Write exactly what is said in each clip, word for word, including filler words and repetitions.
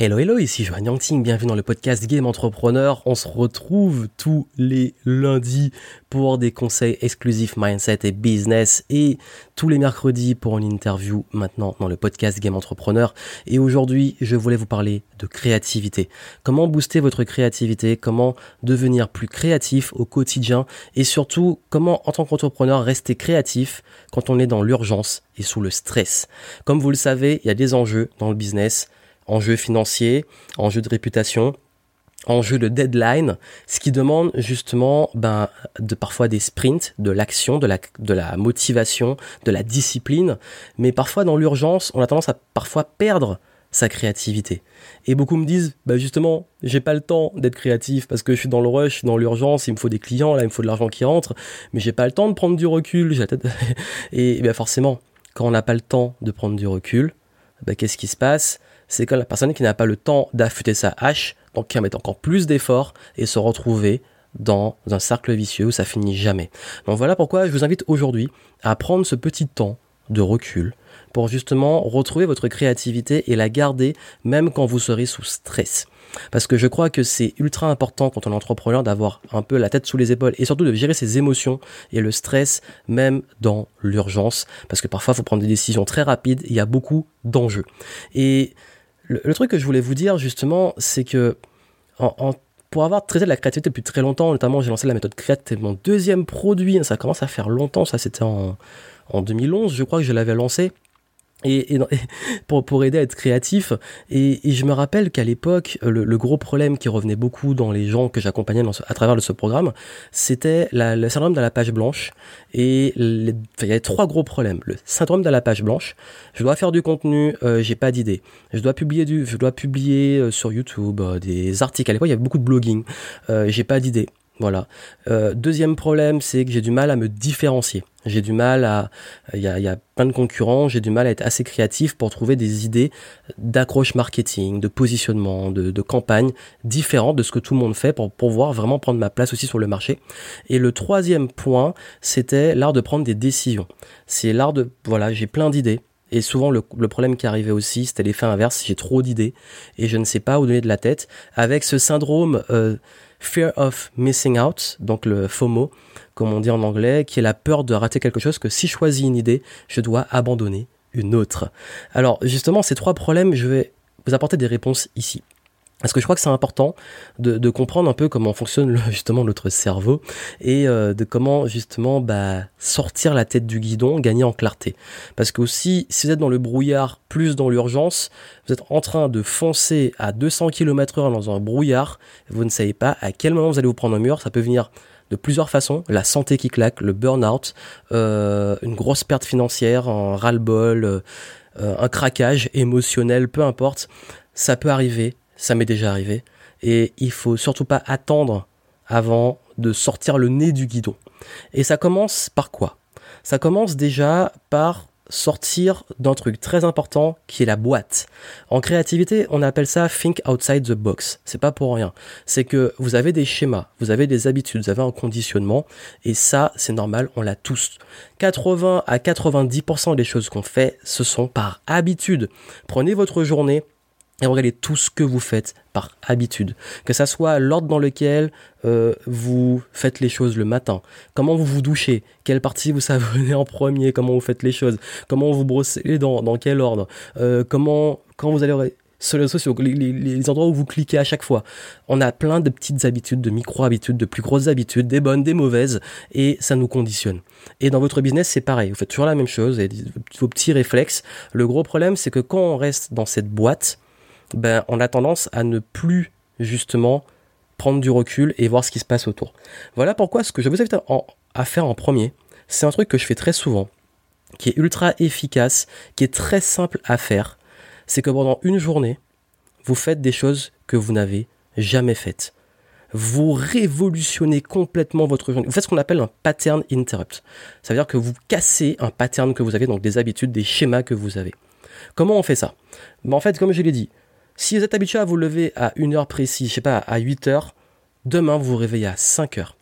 Hello, hello, ici Johan Yangting, bienvenue dans le podcast Game Entrepreneur. On se retrouve tous les lundis pour des conseils exclusifs mindset et business et tous les mercredis pour une interview maintenant dans le podcast Game Entrepreneur. Et aujourd'hui, je voulais vous parler de créativité. Comment booster votre créativité, comment devenir plus créatif au quotidien et surtout comment en tant qu'entrepreneur rester créatif quand on est dans l'urgence et sous le stress. Comme vous le savez, il y a des enjeux dans le business. Enjeux financiers, enjeux de réputation, enjeux de deadline, ce qui demande justement ben, de parfois des sprints, de l'action, de la, de la motivation, de la discipline. Mais parfois dans l'urgence, on a tendance à parfois perdre sa créativité. Et beaucoup me disent, bah justement, j'ai pas le temps d'être créatif parce que je suis dans le rush, je suis dans l'urgence, il me faut des clients, là il me faut de l'argent qui rentre, mais j'ai pas le temps de prendre du recul. J'ai la tête... et, et bien forcément, quand on n'a pas le temps de prendre du recul, ben, qu'est-ce qui se passe ? C'est que la personne qui n'a pas le temps d'affûter sa hache, donc qui va mettre encore plus d'efforts et se retrouver dans un cercle vicieux où ça finit jamais. Donc voilà pourquoi je vous invite aujourd'hui à prendre ce petit temps de recul pour justement retrouver votre créativité et la garder même quand vous serez sous stress. Parce que je crois que c'est ultra important quand on est entrepreneur d'avoir un peu la tête sous les épaules et surtout de gérer ses émotions et le stress même dans l'urgence. Parce que parfois il faut prendre des décisions très rapides et il y a beaucoup d'enjeux. Et le, le truc que je voulais vous dire justement, c'est que en, en, pour avoir traité de la créativité depuis très longtemps, notamment j'ai lancé la méthode Créate, c'était mon deuxième produit, ça commence à faire longtemps, ça c'était en, en deux mille onze, je crois que je l'avais lancé. Et, et, et pour, pour aider à être créatif, et, et je me rappelle qu'à l'époque, le, le gros problème qui revenait beaucoup dans les gens que j'accompagnais dans ce, à travers de ce programme, c'était la, le syndrome de la page blanche. Et les, enfin, il y avait trois gros problèmes. Le syndrome de la page blanche, je dois faire du contenu, euh, j'ai pas d'idée. Je dois publier du, je dois publier euh, sur YouTube euh, des articles. À l'époque, il y avait beaucoup de blogging. Euh, j'ai pas d'idée. Voilà. Euh, deuxième problème, c'est que j'ai du mal à me différencier. J'ai du mal à, il y a, il y a plein de concurrents, j'ai du mal à être assez créatif pour trouver des idées d'accroche marketing, de positionnement, de, de campagne différentes de ce que tout le monde fait pour pouvoir vraiment prendre ma place aussi sur le marché. Et le troisième point, c'était l'art de prendre des décisions. C'est l'art de, voilà, j'ai plein d'idées. Et souvent, le, le problème qui arrivait aussi, c'était l'effet inverse. J'ai trop d'idées et je ne sais pas où donner de la tête. Avec ce syndrome euh, Fear of Missing Out, donc le FOMO, comme on dit en anglais, qui est la peur de rater quelque chose, que si je choisis une idée, je dois abandonner une autre. Alors, justement, ces trois problèmes, je vais vous apporter des réponses ici. Parce que je crois que c'est important de, de comprendre un peu comment fonctionne le, justement notre cerveau et euh, de comment justement bah, sortir la tête du guidon, gagner en clarté. Parce que aussi, si vous êtes dans le brouillard, plus dans l'urgence, vous êtes en train de foncer à deux cents kilomètres heure dans un brouillard, vous ne savez pas à quel moment vous allez vous prendre un mur, ça peut venir de plusieurs façons, la santé qui claque, le burn-out, euh, une grosse perte financière, un ras-le-bol, euh, un craquage émotionnel, peu importe, ça peut arriver. Ça m'est déjà arrivé. Et il faut surtout pas attendre avant de sortir le nez du guidon. Et ça commence par quoi ? Ça commence déjà par sortir d'un truc très important qui est la boîte. En créativité, on appelle ça think outside the box. C'est pas pour rien. C'est que vous avez des schémas, vous avez des habitudes, vous avez un conditionnement. Et ça, c'est normal, on l'a tous. quatre-vingts à quatre-vingt-dix pour cent des choses qu'on fait, ce sont par habitude. Prenez votre journée et regardez tout ce que vous faites par habitude. Que ça soit l'ordre dans lequel euh, vous faites les choses le matin, comment vous vous douchez, quelle partie vous savonnez en premier, comment vous faites les choses, comment vous brossez les dents, dans quel ordre, euh, comment, quand vous allez sur les réseaux sociaux, les, les, les endroits où vous cliquez à chaque fois. On a plein de petites habitudes, de micro-habitudes, de plus grosses habitudes, des bonnes, des mauvaises, et ça nous conditionne. Et dans votre business, c'est pareil. Vous faites toujours la même chose, vous avez vos petits réflexes. Le gros problème, c'est que quand on reste dans cette boîte, ben, on a tendance à ne plus, justement, prendre du recul et voir ce qui se passe autour. Voilà pourquoi ce que je vous invite à, en, à faire en premier, c'est un truc que je fais très souvent, qui est ultra efficace, qui est très simple à faire. C'est que pendant une journée, vous faites des choses que vous n'avez jamais faites. Vous révolutionnez complètement votre journée. Vous faites ce qu'on appelle un pattern interrupt. Ça veut dire que vous cassez un pattern que vous avez, donc des habitudes, des schémas que vous avez. Comment on fait ça ? Ben, en fait, comme je l'ai dit, si vous êtes habitué à vous lever à une heure précise, je sais pas, à huit heures, demain vous vous réveillez à cinq heures.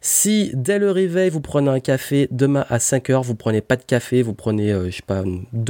Si dès le réveil vous prenez un café, demain à cinq heures vous prenez pas de café, vous prenez, euh, je sais pas, de l'eau.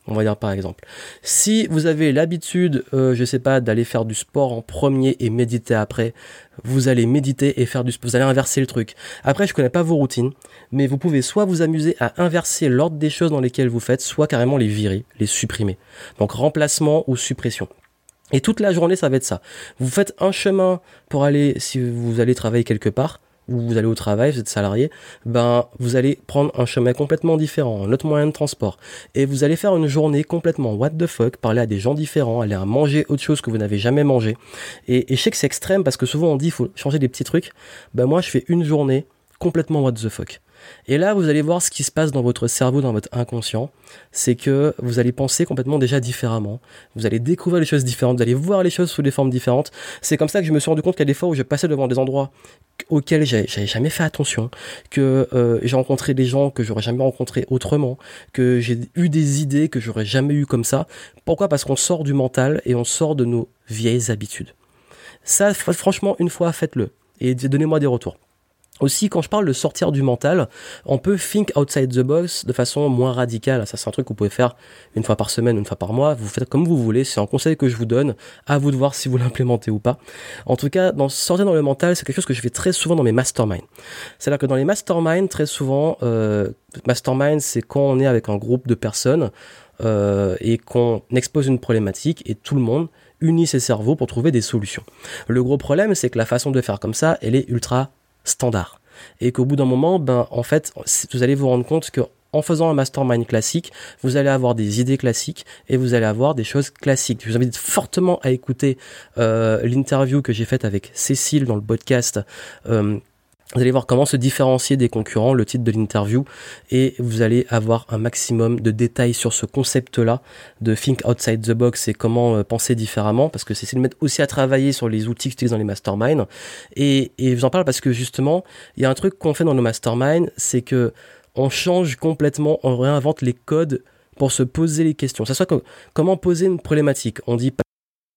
on va dire par exemple. Si vous avez l'habitude, euh, je sais pas, d'aller faire du sport en premier et méditer après, vous allez méditer et faire du sport, vous allez inverser le truc. Après, je connais pas vos routines, mais vous pouvez soit vous amuser à inverser l'ordre des choses dans lesquelles vous faites, soit carrément les virer, les supprimer. Donc remplacement ou suppression. Et toute la journée, ça va être ça. Vous faites un chemin pour aller, si vous allez travailler quelque part, ou vous allez au travail, vous êtes salarié, ben vous allez prendre un chemin complètement différent, un autre moyen de transport, et vous allez faire une journée complètement what the fuck, parler à des gens différents, aller à manger autre chose que vous n'avez jamais mangé, et, et je sais que c'est extrême parce que souvent on dit il faut changer des petits trucs, ben moi je fais une journée complètement what the fuck. Et là, vous allez voir ce qui se passe dans votre cerveau, dans votre inconscient, c'est que vous allez penser complètement déjà différemment, vous allez découvrir les choses différentes, vous allez voir les choses sous des formes différentes. C'est comme ça que je me suis rendu compte qu'il y a des fois où je passais devant des endroits auxquels j'avais, j'avais jamais fait attention, que euh, j'ai rencontré des gens que j'aurais jamais rencontrés autrement, que j'ai eu des idées que j'aurais jamais eu comme ça. Pourquoi ? Parce qu'on sort du mental et on sort de nos vieilles habitudes. Ça, franchement, une fois, faites-le et donnez-moi des retours. Aussi, quand je parle de sortir du mental, on peut think outside the box de façon moins radicale. Ça, c'est un truc que vous pouvez faire une fois par semaine, une fois par mois. Vous faites comme vous voulez. C'est un conseil que je vous donne. À vous de voir si vous l'implémentez ou pas. En tout cas, dans sortir dans le mental, c'est quelque chose que je fais très souvent dans mes masterminds. C'est-à-dire que dans les masterminds, très souvent, euh, mastermind, c'est quand on est avec un groupe de personnes euh, et qu'on expose une problématique et tout le monde unit ses cerveaux pour trouver des solutions. Le gros problème, c'est que la façon de faire comme ça, elle est ultra standard. Et qu'au bout d'un moment, ben, en fait, vous allez vous rendre compte que en faisant un mastermind classique, vous allez avoir des idées classiques et vous allez avoir des choses classiques. Je vous invite fortement à écouter euh, l'interview que j'ai faite avec Cécile dans le podcast. Euh, Vous allez voir comment se différencier des concurrents, le titre de l'interview, et vous allez avoir un maximum de détails sur ce concept-là de think outside the box et comment euh, penser différemment, parce que c'est de mettre aussi à travailler sur les outils que j'utilise dans les masterminds. Et, et je vous en parle parce que justement, il y a un truc qu'on fait dans nos masterminds, c'est que on change complètement, on réinvente les codes pour se poser les questions. Ça soit comme, comment poser une problématique. On dit pas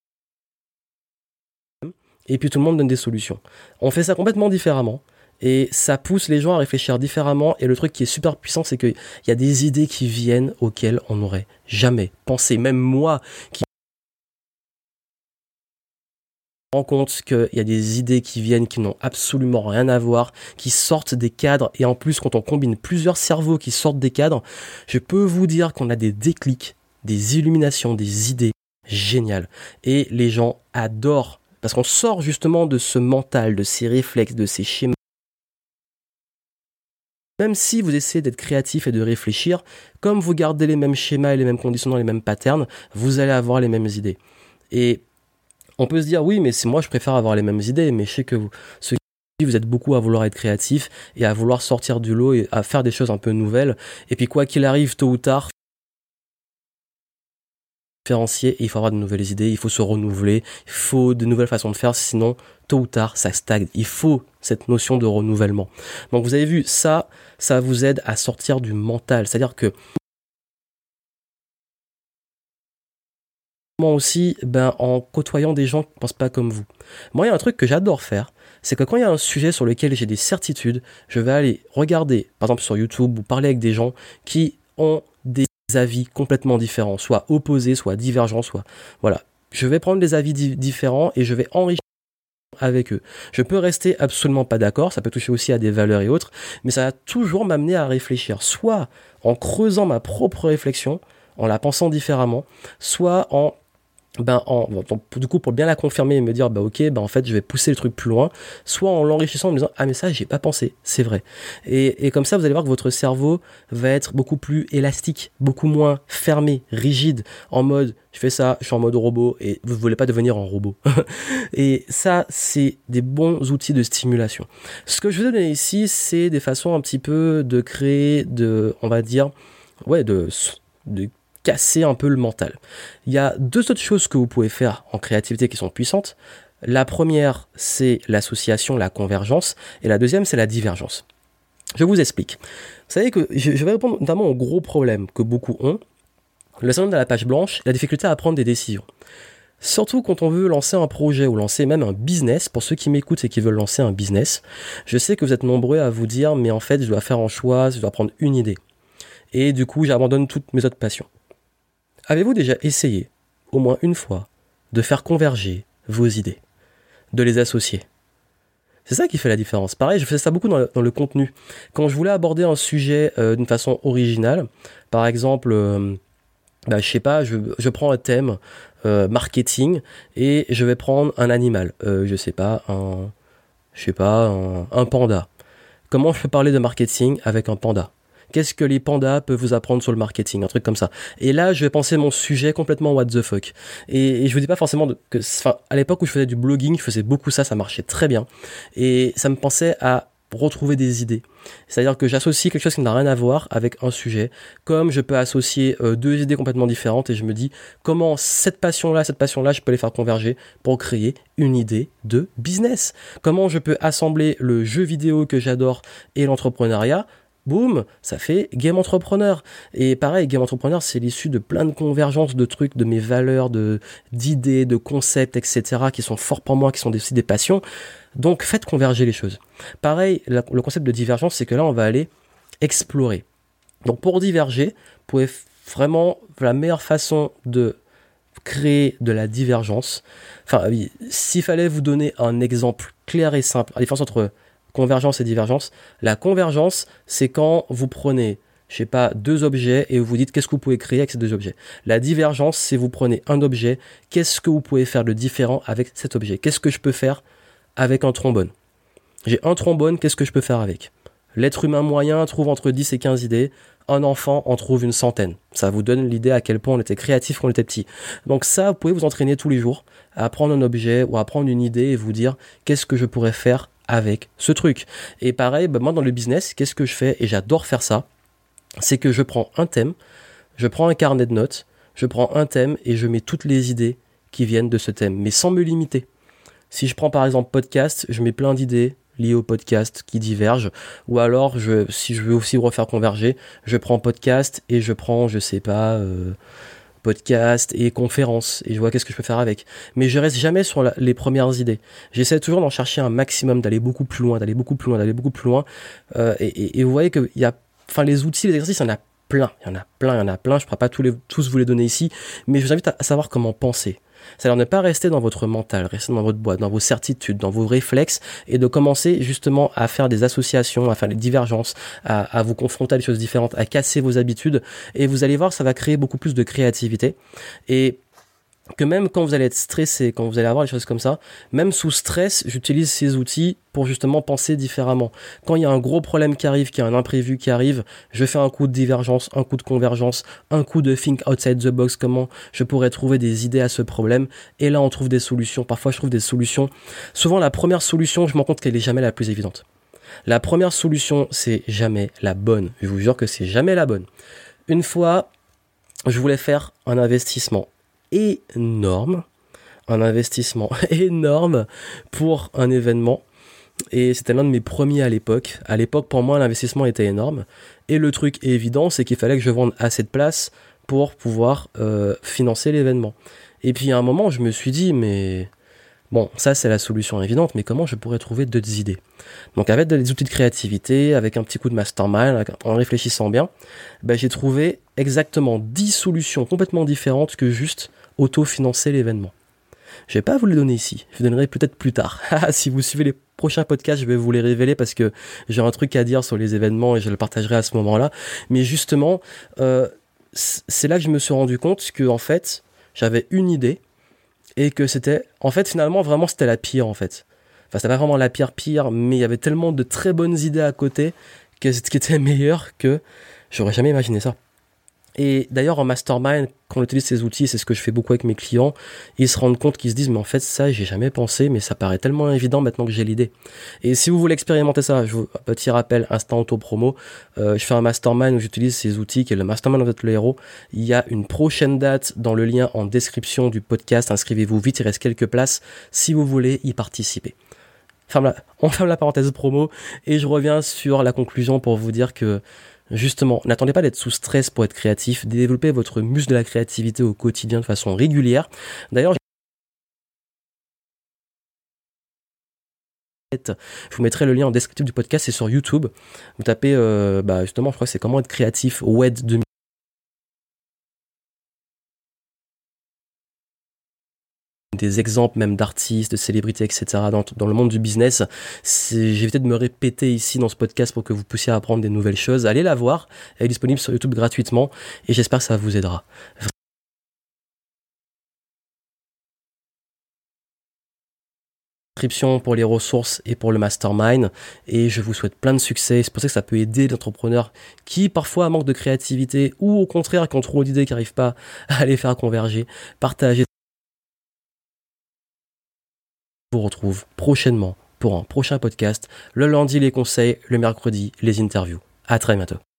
et puis tout le monde donne des solutions. On fait ça complètement différemment. Et ça pousse les gens à réfléchir différemment. Et le truc qui est super puissant, c'est qu'il y a des idées qui viennent auxquelles on n'aurait jamais pensé. Même moi, qui me rends compte qu'il y a des idées qui viennent qui n'ont absolument rien à voir, qui sortent des cadres. Et en plus, quand on combine plusieurs cerveaux qui sortent des cadres, je peux vous dire qu'on a des déclics, des illuminations, des idées géniales. Et les gens adorent. Parce qu'on sort justement de ce mental, de ces réflexes, de ces schémas. Même si vous essayez d'être créatif et de réfléchir, comme vous gardez les mêmes schémas et les mêmes conditionnements, les mêmes patterns, vous allez avoir les mêmes idées. Et on peut se dire, oui, mais c'est moi, je préfère avoir les mêmes idées, mais je sais que vous, ceux qui vous êtes beaucoup à vouloir être créatif et à vouloir sortir du lot et à faire des choses un peu nouvelles. Et puis quoi qu'il arrive, tôt ou tard, différencier et il faut avoir de nouvelles idées, il faut se renouveler, il faut de nouvelles façons de faire, sinon tôt ou tard ça stagne. Il faut cette notion de renouvellement. Donc vous avez vu, ça, ça vous aide à sortir du mental, c'est-à-dire que moi aussi, ben, en côtoyant des gens qui ne pensent pas comme vous. Moi, il y a un truc que j'adore faire, c'est que quand il y a un sujet sur lequel j'ai des certitudes, je vais aller regarder, par exemple sur YouTube, ou parler avec des gens qui ont des avis complètement différents, soit opposés, soit divergents, soit voilà. Je vais prendre des avis di- différents et je vais enrichir avec eux. Je peux rester absolument pas d'accord, ça peut toucher aussi à des valeurs et autres, mais ça va toujours m'amener à réfléchir, soit en creusant ma propre réflexion, en la pensant différemment, soit en ben en, bon, du coup pour bien la confirmer et me dire bah ok ben en fait je vais pousser le truc plus loin, soit en l'enrichissant en me disant ah mais ça j'ai pas pensé, c'est vrai, et, et comme ça vous allez voir que votre cerveau va être beaucoup plus élastique, beaucoup moins fermé, rigide, en mode je fais ça, je suis en mode robot et vous voulez pas devenir un robot. Et ça c'est des bons outils de stimulation. Ce que je vous donne ici c'est des façons un petit peu de créer de on va dire ouais de, de casser un peu le mental. Il y a deux autres choses que vous pouvez faire en créativité qui sont puissantes. La première, c'est l'association, la convergence, et la deuxième, c'est la divergence. Je vous explique. Vous savez que je vais répondre notamment au gros problème que beaucoup ont, le syndrome de la page blanche, la difficulté à prendre des décisions. Surtout quand on veut lancer un projet ou lancer même un business, pour ceux qui m'écoutent et qui veulent lancer un business, je sais que vous êtes nombreux à vous dire, mais en fait, je dois faire un choix, je dois prendre une idée. Et du coup, j'abandonne toutes mes autres passions. Avez-vous déjà essayé, au moins une fois, de faire converger vos idées, de les associer? C'est ça qui fait la différence. Pareil, je faisais ça beaucoup dans le, dans le contenu. Quand je voulais aborder un sujet euh, d'une façon originale, par exemple, euh, bah, je sais pas, je, je prends un thème euh, marketing et je vais prendre un animal. Euh, je sais pas, un, je sais pas, un, un panda. Comment je peux parler de marketing avec un panda? Qu'est-ce que les pandas peuvent vous apprendre sur le marketing? Un truc comme ça. Et là, je vais penser mon sujet complètement what the fuck. Et, et je vous dis pas forcément de, que, enfin, à l'époque où je faisais du blogging, je faisais beaucoup ça, ça marchait très bien. Et ça me pensait à retrouver des idées. C'est-à-dire que j'associe quelque chose qui n'a rien à voir avec un sujet, comme je peux associer euh, deux idées complètement différentes et je me dis comment cette passion-là, cette passion-là, je peux les faire converger pour créer une idée de business. Comment je peux assembler le jeu vidéo que j'adore et l'entrepreneuriat. Boum, ça fait Game Entrepreneur. Et pareil, Game Entrepreneur, c'est l'issue de plein de convergences de trucs, de mes valeurs, de d'idées, de concepts, et cetera, qui sont forts pour moi, qui sont aussi des passions. Donc, faites converger les choses. Pareil, la, le concept de divergence, c'est que là, on va aller explorer. Donc, pour diverger, vous pouvez vraiment, la meilleure façon de créer de la divergence, enfin, oui, s'il fallait vous donner un exemple clair et simple, la différence entre convergence et divergence. La convergence, c'est quand vous prenez, je sais pas, deux objets et vous dites qu'est-ce que vous pouvez créer avec ces deux objets. La divergence, c'est vous prenez un objet, qu'est-ce que vous pouvez faire de différent avec cet objet? Qu'est-ce que je peux faire avec un trombone? J'ai un trombone, qu'est-ce que je peux faire avec? L'être humain moyen trouve entre dix et quinze idées. Un enfant en trouve une centaine. Ça vous donne l'idée à quel point on était créatif quand on était petit. Donc ça, vous pouvez vous entraîner tous les jours à prendre un objet ou à prendre une idée et vous dire qu'est-ce que je pourrais faire avec ce truc. Et pareil, bah moi dans le business, qu'est-ce que je fais? Et j'adore faire ça. C'est que je prends un thème, je prends un carnet de notes, je prends un thème et je mets toutes les idées qui viennent de ce thème, mais sans me limiter. Si je prends par exemple podcast, je mets plein d'idées liées au podcast qui divergent, ou alors je, si je veux aussi refaire converger, je prends podcast et je prends, je sais pas, euh, podcast et conférences, et je vois qu'est-ce que je peux faire avec. Mais je reste jamais sur la, les premières idées. J'essaie toujours d'en chercher un maximum, d'aller beaucoup plus loin, d'aller beaucoup plus loin, d'aller beaucoup plus loin, euh, et, et, et vous voyez qu'il y a, enfin les outils, les exercices, il y en a plein, il y en a plein, il y en a plein, je ne pourrais pas tous, les, tous vous les donner ici, mais je vous invite à, à savoir comment penser. C'est-à-dire ne pas rester dans votre mental, rester dans votre boîte, dans vos certitudes, dans vos réflexes, et de commencer justement à faire des associations, à faire des divergences, à, à vous confronter à des choses différentes, à casser vos habitudes, et vous allez voir, ça va créer beaucoup plus de créativité. Et que même quand vous allez être stressé, quand vous allez avoir des choses comme ça, même sous stress, j'utilise ces outils pour justement penser différemment. Quand il y a un gros problème qui arrive, qu'il y a un imprévu qui arrive, je fais un coup de divergence, un coup de convergence, un coup de think outside the box, comment je pourrais trouver des idées à ce problème, et là on trouve des solutions. Parfois je trouve des solutions. Souvent la première solution, je me rends compte qu'elle est jamais la plus évidente. La première solution, c'est jamais la bonne. Je vous jure que c'est jamais la bonne. Une fois, je voulais faire un investissement énorme, un investissement énorme pour un événement, et c'était l'un de mes premiers à l'époque. À l'époque, pour moi, l'investissement était énorme, et le truc évident, c'est qu'il fallait que je vende assez de places pour pouvoir euh, financer l'événement. Et puis à un moment, je me suis dit, mais bon, ça c'est la solution évidente, mais comment je pourrais trouver d'autres idées? Donc avec des outils de créativité, avec un petit coup de mastermind, en réfléchissant bien, ben, j'ai trouvé exactement dix solutions complètement différentes que juste auto-financer l'événement. Je vais pas vous les donner ici, je vous donnerai peut-être plus tard. Si vous suivez les prochains podcasts, je vais vous les révéler parce que j'ai un truc à dire sur les événements et je le partagerai à ce moment-là. Mais justement, euh, c'est là que je me suis rendu compte que en fait, j'avais une idée et que c'était, en fait, finalement, vraiment, c'était la pire, en fait. Enfin, c'était pas vraiment la pire pire, mais il y avait tellement de très bonnes idées à côté que ce qui était meilleur que j'aurais jamais imaginé ça. Et d'ailleurs, en mastermind, quand on utilise ces outils, c'est ce que je fais beaucoup avec mes clients, ils se rendent compte qu'ils se disent, mais en fait, ça, j'ai jamais pensé, mais ça paraît tellement évident maintenant que j'ai l'idée. Et si vous voulez expérimenter ça, je vous, petit rappel, instant auto-promo, euh, je fais un mastermind où j'utilise ces outils, qui est le mastermind of the héros. Il y a une prochaine date dans le lien en description du podcast, inscrivez-vous vite, il reste quelques places, si vous voulez y participer. Ferme la, on ferme la parenthèse promo, et je reviens sur la conclusion pour vous dire que justement, n'attendez pas d'être sous stress pour être créatif, développez votre muscle de la créativité au quotidien de façon régulière. D'ailleurs, je vous mettrai le lien en descriptif du podcast, c'est sur YouTube. Vous tapez, euh, bah justement, je crois que c'est comment être créatif, W E D deux mille des exemples même d'artistes, de célébrités, et cetera dans, dans le monde du business. C'est, je vais peut-être me répéter ici dans ce podcast pour que vous puissiez apprendre des nouvelles choses. Allez la voir, elle est disponible sur YouTube gratuitement et j'espère que ça vous aidera. Inscription pour les ressources et pour le mastermind et je vous souhaite plein de succès. C'est pour ça que ça peut aider l'entrepreneur qui parfois manque de créativité ou au contraire qui ont trop d'idées qui n'arrivent pas à les faire converger. Partagez. Je vous retrouve prochainement pour un prochain podcast. Le lundi les conseils, le mercredi les interviews. À très bientôt.